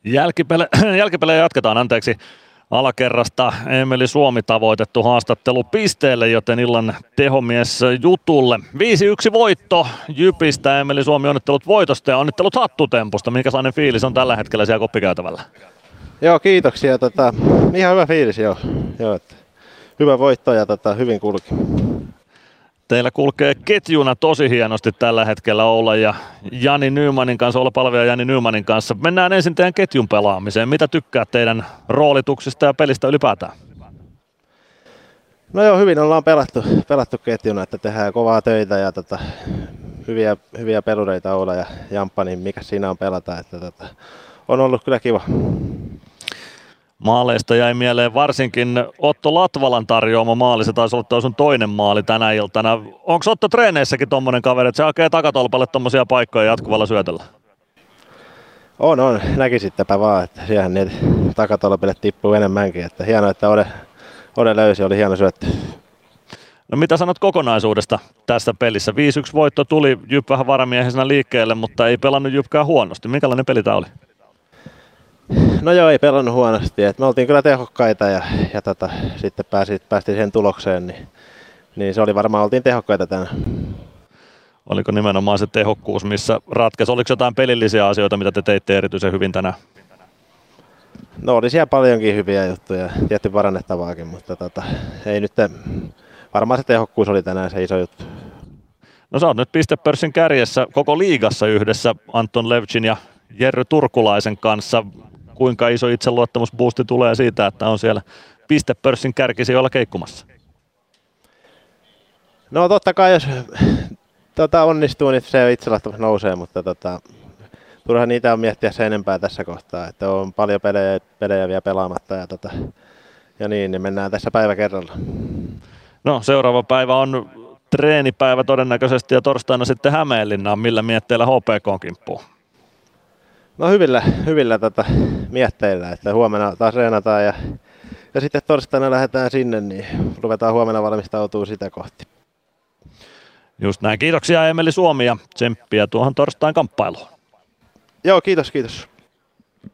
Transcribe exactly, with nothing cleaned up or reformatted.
Jälkipele- jälkipelejä jatketaan, anteeksi. Alakerrasta Eemeli Suomi tavoitettu haastattelu pisteelle, joten illan tehomies jutulle. viisi yksi voitto Jypistä. Eemeli Suomi, onnittelut voitosta ja onnittelut hattutempusta. Minkälainen fiilis on tällä hetkellä siellä koppikäytävällä? Joo, kiitoksia. Tota, ihan hyvä fiilis, joo. joo että hyvä voitto ja tota, hyvin kulki. Teillä kulkee ketjuna tosi hienosti tällä hetkellä Oula ja Jani Nymanin kanssa, Oula Palve ja Jani Nymanin kanssa. Mennään ensin teidän ketjun pelaamiseen. Mitä tykkää teidän roolituksista ja pelistä ylipäätään? No joo, hyvin ollaan pelattu, pelattu ketjuna, että tehdään kovaa töitä ja tota, hyviä, hyviä pelureita Oula ja Jamppa, niin mikä siinä on pelata. Että tota, on ollut kyllä kiva. Maaleista jäi mieleen varsinkin Otto Latvalan tarjoama maali, se taisi olla sun toinen maali tänä iltana. Onko Otto treeneissäkin tommonen kaveri, että se hakee takatolpalle tommosia paikkoja jatkuvalla syötöllä? On, on. Näkisittepä vaan, että siihen niitä takatolpille tippuu enemmänkin. Että hienoa, että Ode, Ode löysi, oli hieno syöttö. No mitä sanot kokonaisuudesta tässä pelissä? viisi yksi voitto tuli, Jyp vähän varamiehisenä liikkeelle, mutta ei pelannut Jypkään huonosti. Minkälainen peli tää oli? No joo, ei pelannut huonosti. Et me oltiin kyllä tehokkaita ja, ja tota, sitten pääsi, päästiin siihen tulokseen, niin, niin se oli varmaan, oltiin tehokkaita tänään. Oliko nimenomaan se tehokkuus, missä ratkaisi? Oliko jotain pelillisiä asioita, mitä te teitte erityisen hyvin tänään? No oli siellä paljonkin hyviä juttuja, tietty parannettavaakin, mutta tota, ei nyt, varmaan se tehokkuus oli tänään se iso juttu. No sä oot nyt pistepörssin kärjessä koko liigassa yhdessä Anton Levchin ja Jerry Turkulaisen kanssa. Kuinka iso itseluottamusboosti tulee siitä, että on siellä pistepörssin kärkisijoilla keikkumassa? No totta kai, jos tota, onnistuu, niin se itseluottamus nousee, mutta tota, turha niitä on miettiä sen enempää tässä kohtaa. Että on paljon pelejä, pelejä vielä pelaamatta ja, tota, ja niin, niin mennään tässä päivä kerralla. No seuraava päivä on treenipäivä todennäköisesti ja torstaina sitten Hämeenlinnaan. Millä mietteillä H P K:n kimppuun? No hyvillä, hyvillä tota, mietteillä, että huomenna taas reenataan ja, ja sitten torstaina lähdetään sinne, niin ruvetaan huomenna valmistautumaan sitä kohti. Just näin. Kiitoksia Eemeli Suomi ja tsemppiä tuohon torstain kamppailuun. Joo, kiitos, kiitos.